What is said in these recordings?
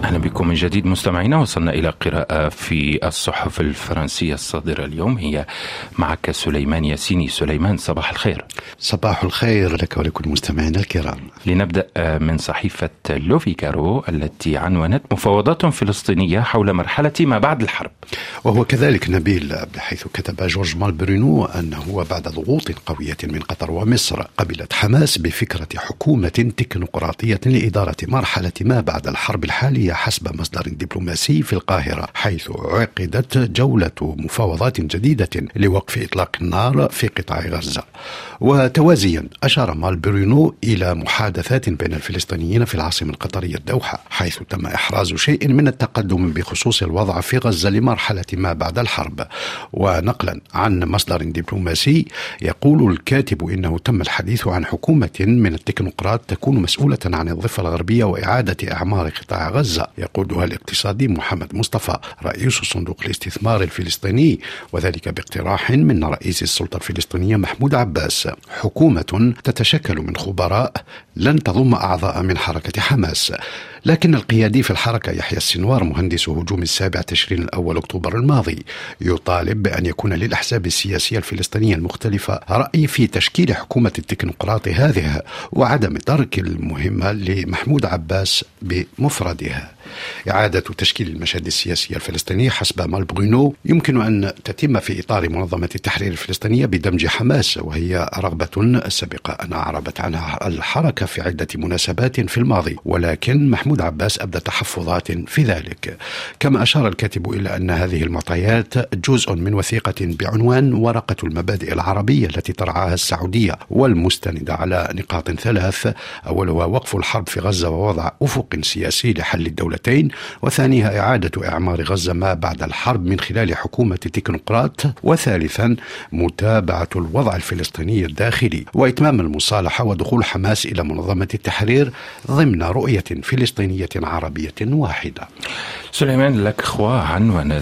أهلا بكم من جديد مستمعينا. وصلنا إلى قراءة في الصحف الفرنسية الصادرة اليوم، هي معك سليمان ياسيني. سليمان، صباح الخير. صباح الخير لك ولكل مستمعينا الكرام. لنبدأ من صحيفة لو فيغارو التي عنونت مفاوضات فلسطينية حول مرحلة ما بعد الحرب. وهو كذلك نبيل، بحيث كتب جورج مالبرونو أنه بعد ضغوط قوية من قطر ومصر قبلت حماس بفكرة حكومة تكنوقراطية لإدارة مرحلة ما بعد الحرب الحالية حسب مصدر دبلوماسي في القاهرة، حيث عقدت جولة مفاوضات جديدة لوقف إطلاق النار في قطاع غزة. وتوازيا أشار مالبرونو إلى محادثات بين الفلسطينيين في العاصمة القطرية الدوحة، حيث تم إحراز شيء من التقدم بخصوص الوضع في غزة لمرحلة ما بعد الحرب. ونقلا عن مصدر دبلوماسي، يقول الكاتب إنه تم الحديث عن حكومة من التكنوقراط تكون مسؤولة عن الضفة الغربية وإعادة إعمار قطاع غزة، يقودها الاقتصادي محمد مصطفى رئيس صندوق الاستثمار الفلسطيني، وذلك باقتراح من رئيس السلطة الفلسطينية محمود عباس. حكومة تتشكل من خبراء لن تضم أعضاء من حركة حماس. لكن القيادي في الحركة يحيى السنوار، مهندس هجوم 7 تشرين الأول أكتوبر الماضي، يطالب بأن يكون للأحزاب السياسية الفلسطينية المختلفة رأي في تشكيل حكومة التكنوقراط هذه، وعدم ترك المهمة لمحمود عباس بمفردها. إعادة تشكيل المشهد السياسي الفلسطيني حسب مالبرونو يمكن أن تتم في إطار منظمة التحرير الفلسطينية بدمج حماس، وهي رغبة سبق أن أعربت عنها الحركة في عدة مناسبات في الماضي، ولكن محمود عباس أبدى تحفظات في ذلك. كما أشار الكاتب إلى أن هذه المعطيات جزء من وثيقة بعنوان ورقة المبادئ العربية التي ترعاها السعودية، والمستندة على نقاط 3: أولها وقف الحرب في غزة ووضع أفق سياسي لحل الدولتين، وثانيها إعادة إعمار غزة ما بعد الحرب من خلال حكومة تكنوقراط، وثالثا متابعة الوضع الفلسطيني الداخلي وإتمام المصالحة ودخول حماس إلى منظمة التحرير ضمن رؤية فلسطينية عربية واحدة. سليمان، لكخوا عنونت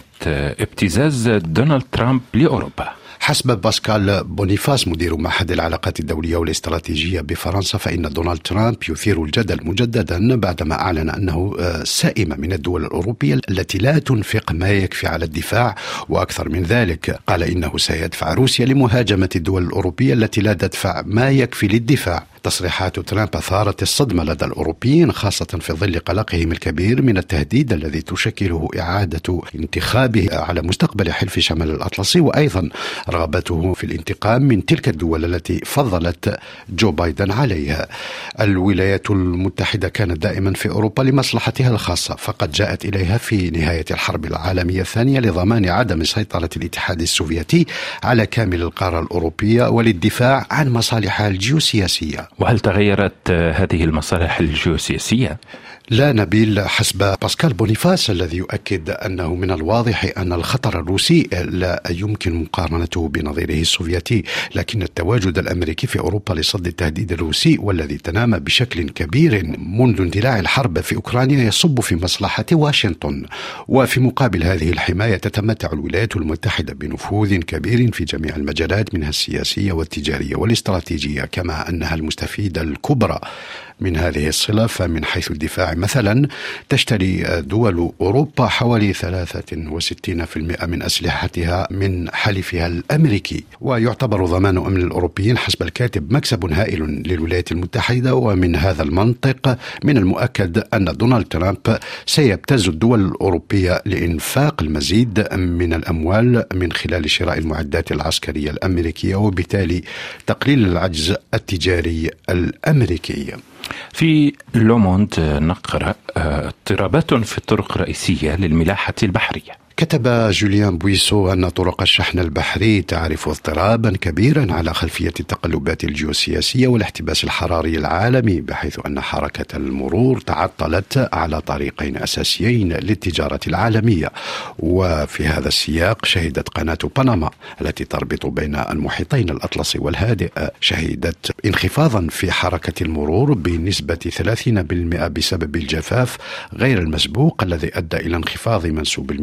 ابتزاز دونالد ترامب لأوروبا. حسب باسكال بونيفاس مدير معهد العلاقات الدولية والاستراتيجية بفرنسا، فإن دونالد ترامب يثير الجدل مجددا بعدما أعلن أنه سائم من الدول الأوروبية التي لا تنفق ما يكفي على الدفاع، وأكثر من ذلك قال إنه سيدفع روسيا لمهاجمة الدول الأوروبية التي لا تدفع ما يكفي للدفاع. تصريحات ترامب أثارت الصدمة لدى الأوروبيين، خاصة في ظل قلقهم الكبير من التهديد الذي تشكله إعادة انتخابه على مستقبل حلف شمال الأطلسي، وأيضا رغبته في الانتقام من تلك الدول التي فضلت جو بايدن عليها. الولايات المتحدة كانت دائما في أوروبا لمصلحتها الخاصة، فقد جاءت إليها في نهاية الحرب العالمية الثانية لضمان عدم سيطرة الاتحاد السوفيتي على كامل القارة الأوروبية وللدفاع عن مصالحها الجيوسياسية. وهل تغيرت هذه المصالح الجيوسياسية؟ لا نبيل، حسب باسكال بونيفاس الذي يؤكد أنه من الواضح أن الخطر الروسي لا يمكن مقارنته بنظيره السوفيتي، لكن التواجد الأمريكي في أوروبا لصد التهديد الروسي والذي تنامى بشكل كبير منذ اندلاع الحرب في أوكرانيا يصب في مصلحة واشنطن. وفي مقابل هذه الحماية تتمتع الولايات المتحدة بنفوذ كبير في جميع المجالات منها السياسية والتجارية والاستراتيجية، كما أنها المستفيدة الكبرى من هذه الصلة. فمن حيث الدفاع مثلا تشتري دول أوروبا حوالي 63% من أسلحتها من حليفها الأمريكي، ويعتبر ضمان أمن الأوروبيين حسب الكاتب مكسب هائل للولايات المتحدة. ومن هذا المنطق من المؤكد أن دونالد ترامب سيبتز الدول الأوروبية لإنفاق المزيد من الأموال من خلال شراء المعدات العسكرية الأمريكية، وبالتالي تقليل العجز التجاري الأمريكي. في لوموند نقرأ اضطرابات في الطرق الرئيسية للملاحة البحرية. كتب جوليان بويسو أن طرق الشحن البحري تعرف اضطرابا كبيرا على خلفية التقلبات الجيوسياسية والاحتباس الحراري العالمي، بحيث أن حركة المرور تعطلت على طريقين أساسيين للتجارة العالمية. وفي هذا السياق شهدت قناة بنما التي تربط بين المحيطين الأطلسي والهادئ شهدت انخفاضا في حركة المرور بنسبة 30% بسبب الجفاف غير المسبوق الذي أدى إلى انخفاض منسوب المياه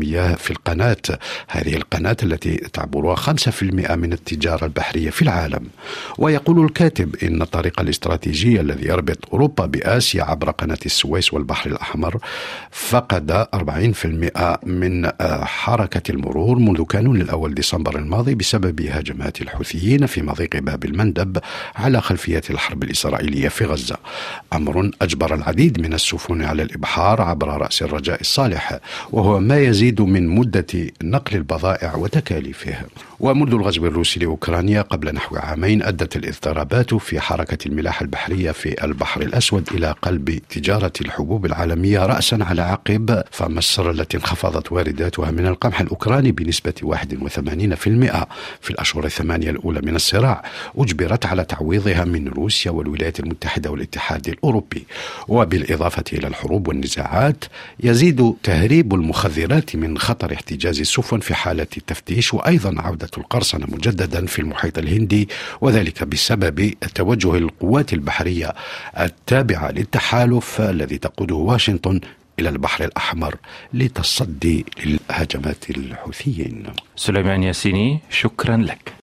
في القناة، هذه القناة التي تعبرها 5% من التجارة البحرية في العالم. ويقول الكاتب إن الطريق الاستراتيجي الذي يربط أوروبا بآسيا عبر قناة السويس والبحر الأحمر فقد 40% من حركة المرور منذ كانون الأول ديسمبر الماضي بسبب هجمات الحوثيين في مضيق باب المندب على خلفية الحرب الإسرائيلية في غزة، أمر أجبر العديد من السفن على الإبحار عبر رأس الرجاء الصالح، وهو ما يزيد من مدة نقل البضائع وتكاليفه. ومنذ الغزو الروسي لأوكرانيا قبل نحو عامين أدت الاضطرابات في حركة الملاحة البحرية في البحر الأسود إلى قلب تجارة الحبوب العالمية رأسا على عقب، فمصر التي انخفضت وارداتها من القمح الأوكراني بنسبة 81% في الأشهر 8 الأولى من الصراع أجبرت على تعويضها من روسيا والولايات المتحدة والاتحاد الأوروبي. وبالإضافة إلى الحروب والنزاعات يزيد تهريب المخدرات من خطر احتجاز السفن في حالة التفتيش، وأيضا عودة القرصنة مجددا في المحيط الهندي، وذلك بسبب توجه القوات البحرية التابعة للتحالف الذي تقوده واشنطن إلى البحر الأحمر لتصدي للهجمات الحوثيين. سليمان ياسيني، شكرا لك.